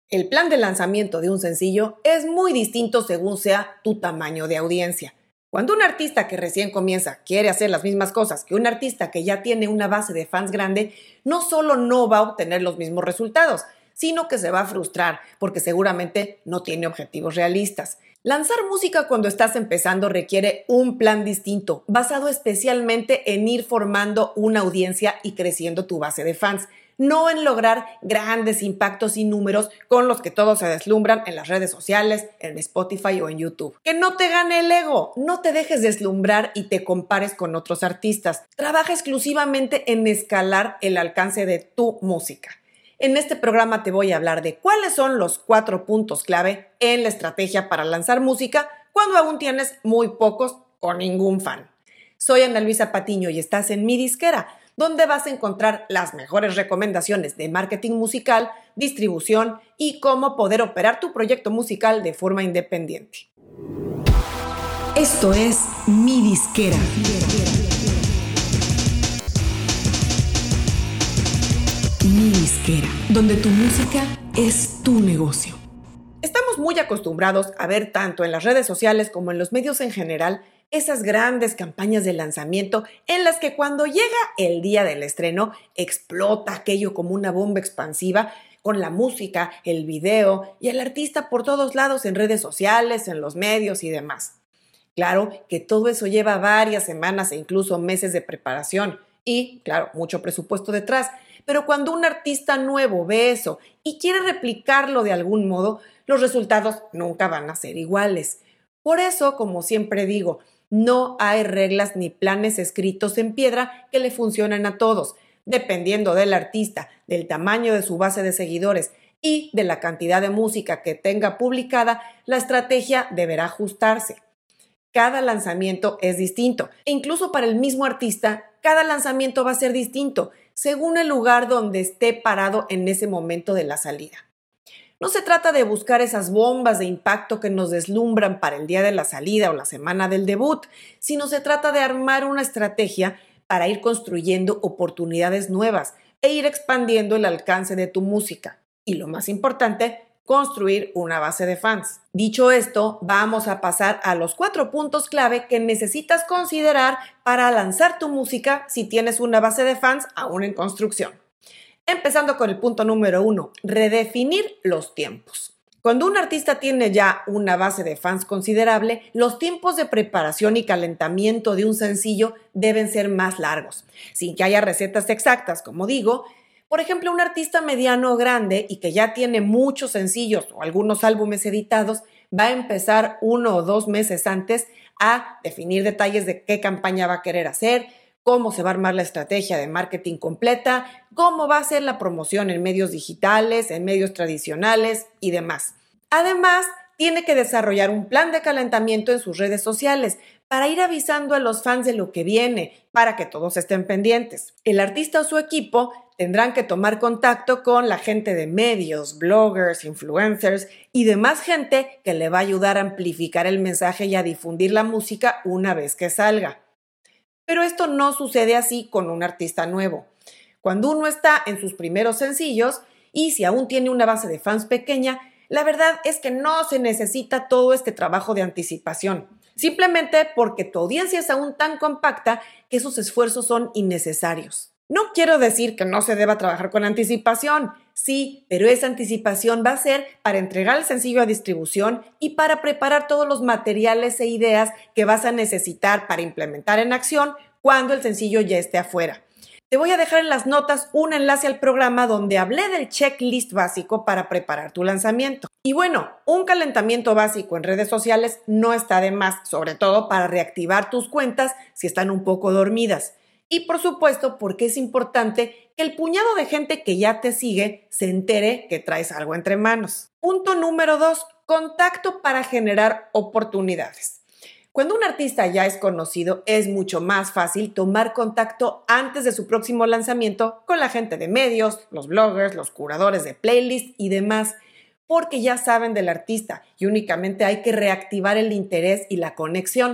El plan de lanzamiento de un sencillo es muy distinto según sea tu tamaño de audiencia. Cuando un artista que recién comienza quiere hacer las mismas cosas que un artista que ya tiene una base de fans grande, no solo no va a obtener los mismos resultados, sino que se va a frustrar porque seguramente no tiene objetivos realistas. Lanzar música cuando estás empezando requiere un plan distinto, basado especialmente en ir formando una audiencia y creciendo tu base de fans, no en lograr grandes impactos y números con los que todos se deslumbran en las redes sociales, en Spotify o en YouTube. Que no te gane el ego, no te dejes deslumbrar y te compares con otros artistas. Trabaja exclusivamente en escalar el alcance de tu música. En este programa te voy a hablar de cuáles son los 4 puntos clave en la estrategia para lanzar música cuando aún tienes muy pocos o ningún fan. Soy Ana Luisa Patiño y estás en Mi Disquera, donde vas a encontrar las mejores recomendaciones de marketing musical, distribución y cómo poder operar tu proyecto musical de forma independiente. Esto es Mi Disquera. Mi Disquera, donde tu música es tu negocio. Estamos muy acostumbrados a ver tanto en las redes sociales como en los medios en general esas grandes campañas de lanzamiento en las que cuando llega el día del estreno explota aquello como una bomba expansiva con la música, el video y el artista por todos lados en redes sociales, en los medios y demás. Claro que todo eso lleva varias semanas e incluso meses de preparación y, claro, mucho presupuesto detrás. Pero cuando un artista nuevo ve eso y quiere replicarlo de algún modo, los resultados nunca van a ser iguales. Por eso, como siempre digo, no hay reglas ni planes escritos en piedra que le funcionen a todos. Dependiendo del artista, del tamaño de su base de seguidores y de la cantidad de música que tenga publicada, la estrategia deberá ajustarse. Cada lanzamiento es distinto e incluso para el mismo artista, cada lanzamiento va a ser distinto según el lugar donde esté parado en ese momento de la salida. No se trata de buscar esas bombas de impacto que nos deslumbran para el día de la salida o la semana del debut, sino se trata de armar una estrategia para ir construyendo oportunidades nuevas e ir expandiendo el alcance de tu música. Y lo más importante, construir una base de fans. Dicho esto, vamos a pasar a los 4 puntos clave que necesitas considerar para lanzar tu música si tienes una base de fans aún en construcción. Empezando con el punto número 1, redefinir los tiempos. Cuando un artista tiene ya una base de fans considerable, los tiempos de preparación y calentamiento de un sencillo deben ser más largos, sin que haya recetas exactas, como digo. Por ejemplo, un artista mediano o grande y que ya tiene muchos sencillos o algunos álbumes editados, va a empezar 1 o 2 meses antes a definir detalles de qué campaña va a querer hacer, cómo se va a armar la estrategia de marketing completa, cómo va a ser la promoción en medios digitales, en medios tradicionales y demás. Además, tiene que desarrollar un plan de calentamiento en sus redes sociales para ir avisando a los fans de lo que viene, para que todos estén pendientes. El artista o su equipo tendrán que tomar contacto con la gente de medios, bloggers, influencers y demás gente que le va a ayudar a amplificar el mensaje y a difundir la música una vez que salga. Pero esto no sucede así con un artista nuevo. Cuando uno está en sus primeros sencillos y si aún tiene una base de fans pequeña, la verdad es que no se necesita todo este trabajo de anticipación, simplemente porque tu audiencia es aún tan compacta que esos esfuerzos son innecesarios. No quiero decir que no se deba trabajar con anticipación, sí, pero esa anticipación va a ser para entregar el sencillo a distribución y para preparar todos los materiales e ideas que vas a necesitar para implementar en acción cuando el sencillo ya esté afuera. Te voy a dejar en las notas un enlace al programa donde hablé del checklist básico para preparar tu lanzamiento. Y bueno, un calentamiento básico en redes sociales no está de más, sobre todo para reactivar tus cuentas si están un poco dormidas. Y por supuesto, porque es importante que el puñado de gente que ya te sigue se entere que traes algo entre manos. Punto número 2, contacto para generar oportunidades. Cuando un artista ya es conocido, es mucho más fácil tomar contacto antes de su próximo lanzamiento con la gente de medios, los bloggers, los curadores de playlists y demás, porque ya saben del artista y únicamente hay que reactivar el interés y la conexión.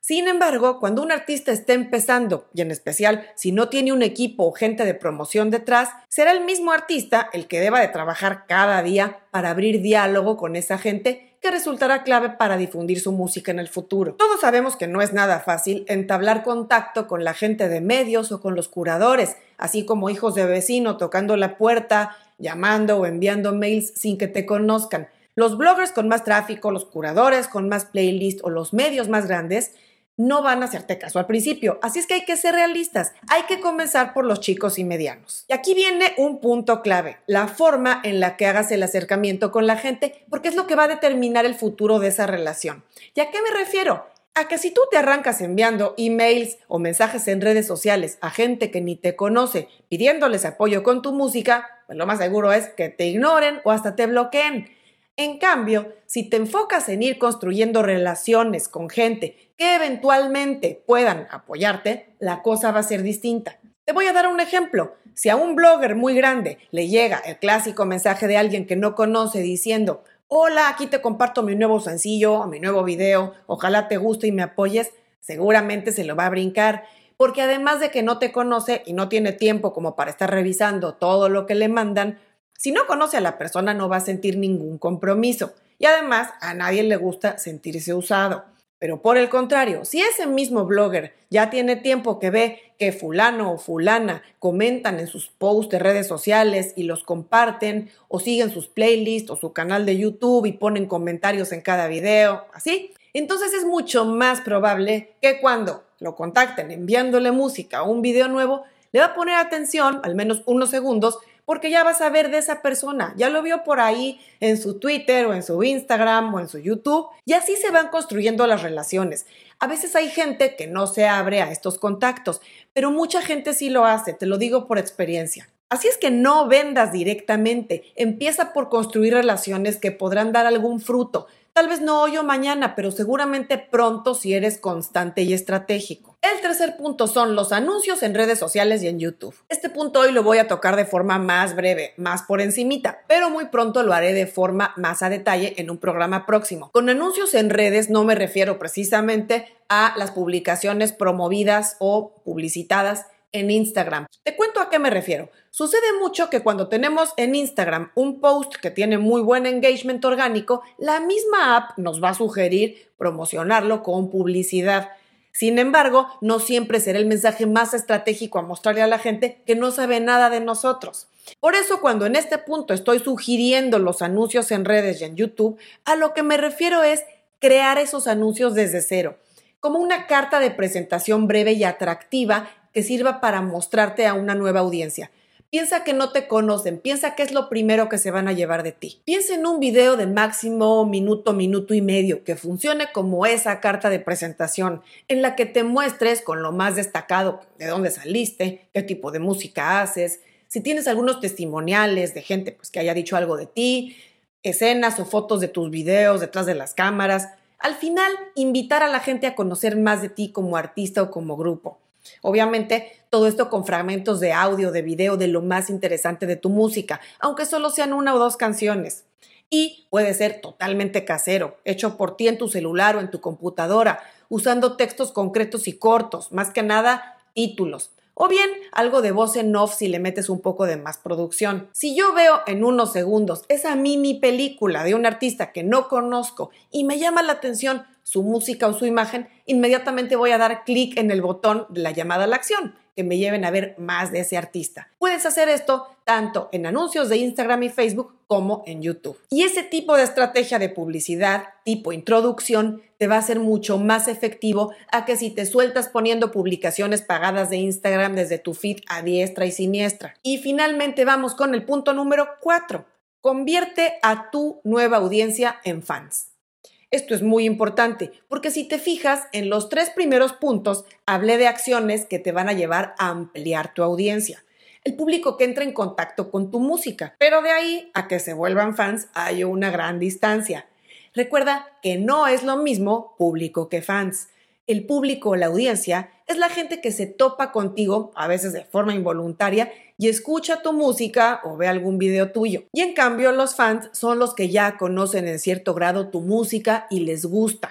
Sin embargo, cuando un artista esté empezando, y en especial si no tiene un equipo o gente de promoción detrás, será el mismo artista el que deba de trabajar cada día para abrir diálogo con esa gente que resultará clave para difundir su música en el futuro. Todos sabemos que no es nada fácil entablar contacto con la gente de medios o con los curadores, así como hijos de vecino tocando la puerta, llamando o enviando mails sin que te conozcan. Los bloggers con más tráfico, los curadores con más playlists o los medios más grandes no van a hacerte caso al principio, así es que hay que ser realistas, hay que comenzar por los chicos y medianos. Y aquí viene un punto clave, la forma en la que hagas el acercamiento con la gente, porque es lo que va a determinar el futuro de esa relación. ¿Y a qué me refiero? A que si tú te arrancas enviando emails o mensajes en redes sociales a gente que ni te conoce, pidiéndoles apoyo con tu música, pues lo más seguro es que te ignoren o hasta te bloqueen. En cambio, si te enfocas en ir construyendo relaciones con gente que eventualmente puedan apoyarte, la cosa va a ser distinta. Te voy a dar un ejemplo. Si a un blogger muy grande le llega el clásico mensaje de alguien que no conoce diciendo: hola, aquí te comparto mi nuevo sencillo, mi nuevo video, ojalá te guste y me apoyes, seguramente se lo va a brincar, porque además de que no te conoce y no tiene tiempo como para estar revisando todo lo que le mandan, si no conoce a la persona no va a sentir ningún compromiso y además a nadie le gusta sentirse usado. Pero por el contrario, si ese mismo blogger ya tiene tiempo que ve que fulano o fulana comentan en sus posts de redes sociales y los comparten o siguen sus playlists o su canal de YouTube y ponen comentarios en cada video, así, entonces es mucho más probable que cuando lo contacten enviándole música o un video nuevo, le va a poner atención, al menos unos segundos, porque ya vas a ver de esa persona, ya lo vio por ahí en su Twitter o en su Instagram o en su YouTube, y así se van construyendo las relaciones. A veces hay gente que no se abre a estos contactos, pero mucha gente sí lo hace, te lo digo por experiencia. Así es que no vendas directamente, empieza por construir relaciones que podrán dar algún fruto. Tal vez no hoy o mañana, pero seguramente pronto si eres constante y estratégico. El tercer punto son los anuncios en redes sociales y en YouTube. Este punto hoy lo voy a tocar de forma más breve, más por encimita, pero muy pronto lo haré de forma más a detalle en un programa próximo. Con anuncios en redes no me refiero precisamente a las publicaciones promovidas o publicitadas en Instagram. Te cuento a qué me refiero. Sucede mucho que cuando tenemos en Instagram un post que tiene muy buen engagement orgánico, la misma app nos va a sugerir promocionarlo con publicidad. Sin embargo, no siempre será el mensaje más estratégico a mostrarle a la gente que no sabe nada de nosotros. Por eso, cuando en este punto estoy sugiriendo los anuncios en redes y en YouTube, a lo que me refiero es crear esos anuncios desde cero, como una carta de presentación breve y atractiva que sirva para mostrarte a una nueva audiencia. Piensa que no te conocen, piensa que es lo primero que se van a llevar de ti. Piensa en un video de máximo minuto, minuto y medio, que funcione como esa carta de presentación, en la que te muestres con lo más destacado de dónde saliste, qué tipo de música haces, si tienes algunos testimoniales de gente que haya dicho algo de ti, escenas o fotos de tus videos detrás de las cámaras. Al final, invitar a la gente a conocer más de ti como artista o como grupo. Obviamente, todo esto con fragmentos de audio, de video, de lo más interesante de tu música, aunque solo sean una o dos canciones. Y puede ser totalmente casero, hecho por ti en tu celular o en tu computadora, usando textos concretos y cortos, más que nada títulos. O bien algo de voz en off si le metes un poco de más producción. Si yo veo en unos segundos esa mini película de un artista que no conozco y me llama la atención su música o su imagen, inmediatamente voy a dar clic en el botón de la llamada a la acción, que me lleven a ver más de ese artista. Puedes hacer esto tanto en anuncios de Instagram y Facebook como en YouTube. Y ese tipo de estrategia de publicidad, tipo introducción, te va a ser mucho más efectivo a que si te sueltas poniendo publicaciones pagadas de Instagram desde tu feed a diestra y siniestra. Y finalmente vamos con el punto número 4. Convierte a tu nueva audiencia en fans. Esto es muy importante porque si te fijas, en los 3 primeros puntos hablé de acciones que te van a llevar a ampliar tu audiencia, el público que entra en contacto con tu música, pero de ahí a que se vuelvan fans hay una gran distancia. Recuerda que no es lo mismo público que fans. El público o la audiencia es la gente que se topa contigo, a veces de forma involuntaria, y escucha tu música o ve algún video tuyo. Y en cambio los fans son los que ya conocen en cierto grado tu música y les gusta.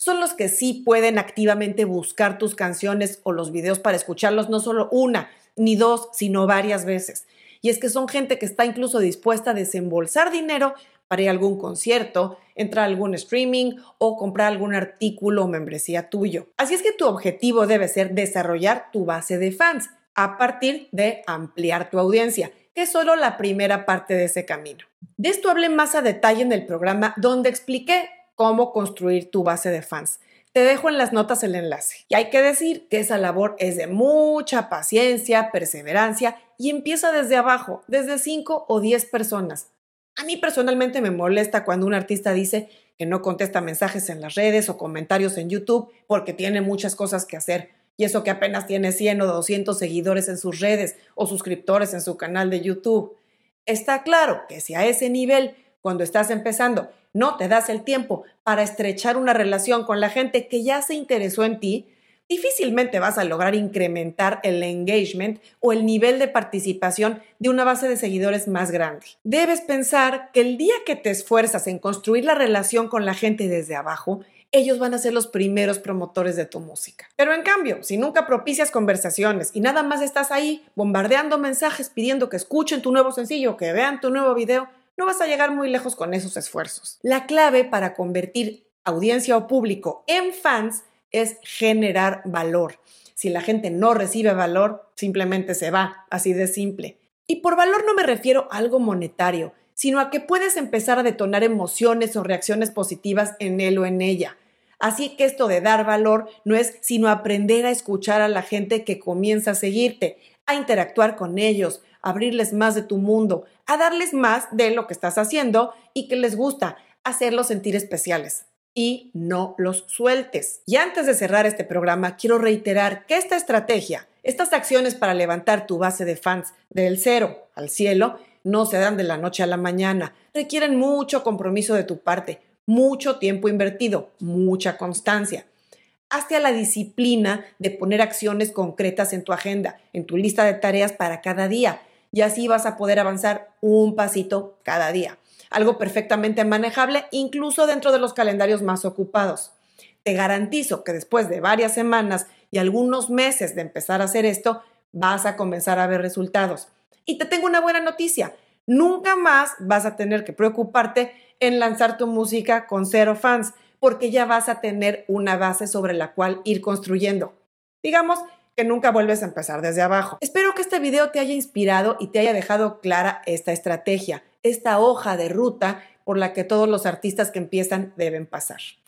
son los que sí pueden activamente buscar tus canciones o los videos para escucharlos no solo una ni dos, sino varias veces. Y es que son gente que está incluso dispuesta a desembolsar dinero para ir a algún concierto, entrar a algún streaming o comprar algún artículo o membresía tuyo. Así es que tu objetivo debe ser desarrollar tu base de fans a partir de ampliar tu audiencia, que es solo la primera parte de ese camino. De esto hablé más a detalle en el programa donde expliqué cómo construir tu base de fans. Te dejo en las notas el enlace. Y hay que decir que esa labor es de mucha paciencia, perseverancia y empieza desde abajo, desde 5 o 10 personas. A mí personalmente me molesta cuando un artista dice que no contesta mensajes en las redes o comentarios en YouTube porque tiene muchas cosas que hacer. Y eso que apenas tiene 100 o 200 seguidores en sus redes o suscriptores en su canal de YouTube. Está claro que si a ese nivel, cuando estás empezando, no te das el tiempo para estrechar una relación con la gente que ya se interesó en ti, difícilmente vas a lograr incrementar el engagement o el nivel de participación de una base de seguidores más grande. Debes pensar que el día que te esfuerzas en construir la relación con la gente desde abajo, ellos van a ser los primeros promotores de tu música. Pero en cambio, si nunca propicias conversaciones y nada más estás ahí bombardeando mensajes pidiendo que escuchen tu nuevo sencillo, que vean tu nuevo video, no vas a llegar muy lejos con esos esfuerzos. La clave para convertir audiencia o público en fans es generar valor. Si la gente no recibe valor, simplemente se va, así de simple. Y por valor no me refiero a algo monetario, sino a que puedes empezar a detonar emociones o reacciones positivas en él o en ella. Así que esto de dar valor no es sino aprender a escuchar a la gente que comienza a seguirte, a interactuar con ellos, a abrirles más de tu mundo, a darles más de lo que estás haciendo y que les gusta, hacerlos sentir especiales. Y no los sueltes. Y antes de cerrar este programa, quiero reiterar que esta estrategia, estas acciones para levantar tu base de fans del 0 al cielo, no se dan de la noche a la mañana. Requieren mucho compromiso de tu parte, mucho tiempo invertido, mucha constancia. Hazte a la disciplina de poner acciones concretas en tu agenda, en tu lista de tareas para cada día. Y así vas a poder avanzar un pasito cada día. Algo perfectamente manejable, incluso dentro de los calendarios más ocupados. Te garantizo que después de varias semanas y algunos meses de empezar a hacer esto, vas a comenzar a ver resultados. Y te tengo una buena noticia. Nunca más vas a tener que preocuparte en lanzar tu música con 0 fans, porque ya vas a tener una base sobre la cual ir construyendo. Digamos que nunca vuelves a empezar desde abajo. Espero que este video te haya inspirado y te haya dejado clara esta estrategia, esta hoja de ruta por la que todos los artistas que empiezan deben pasar.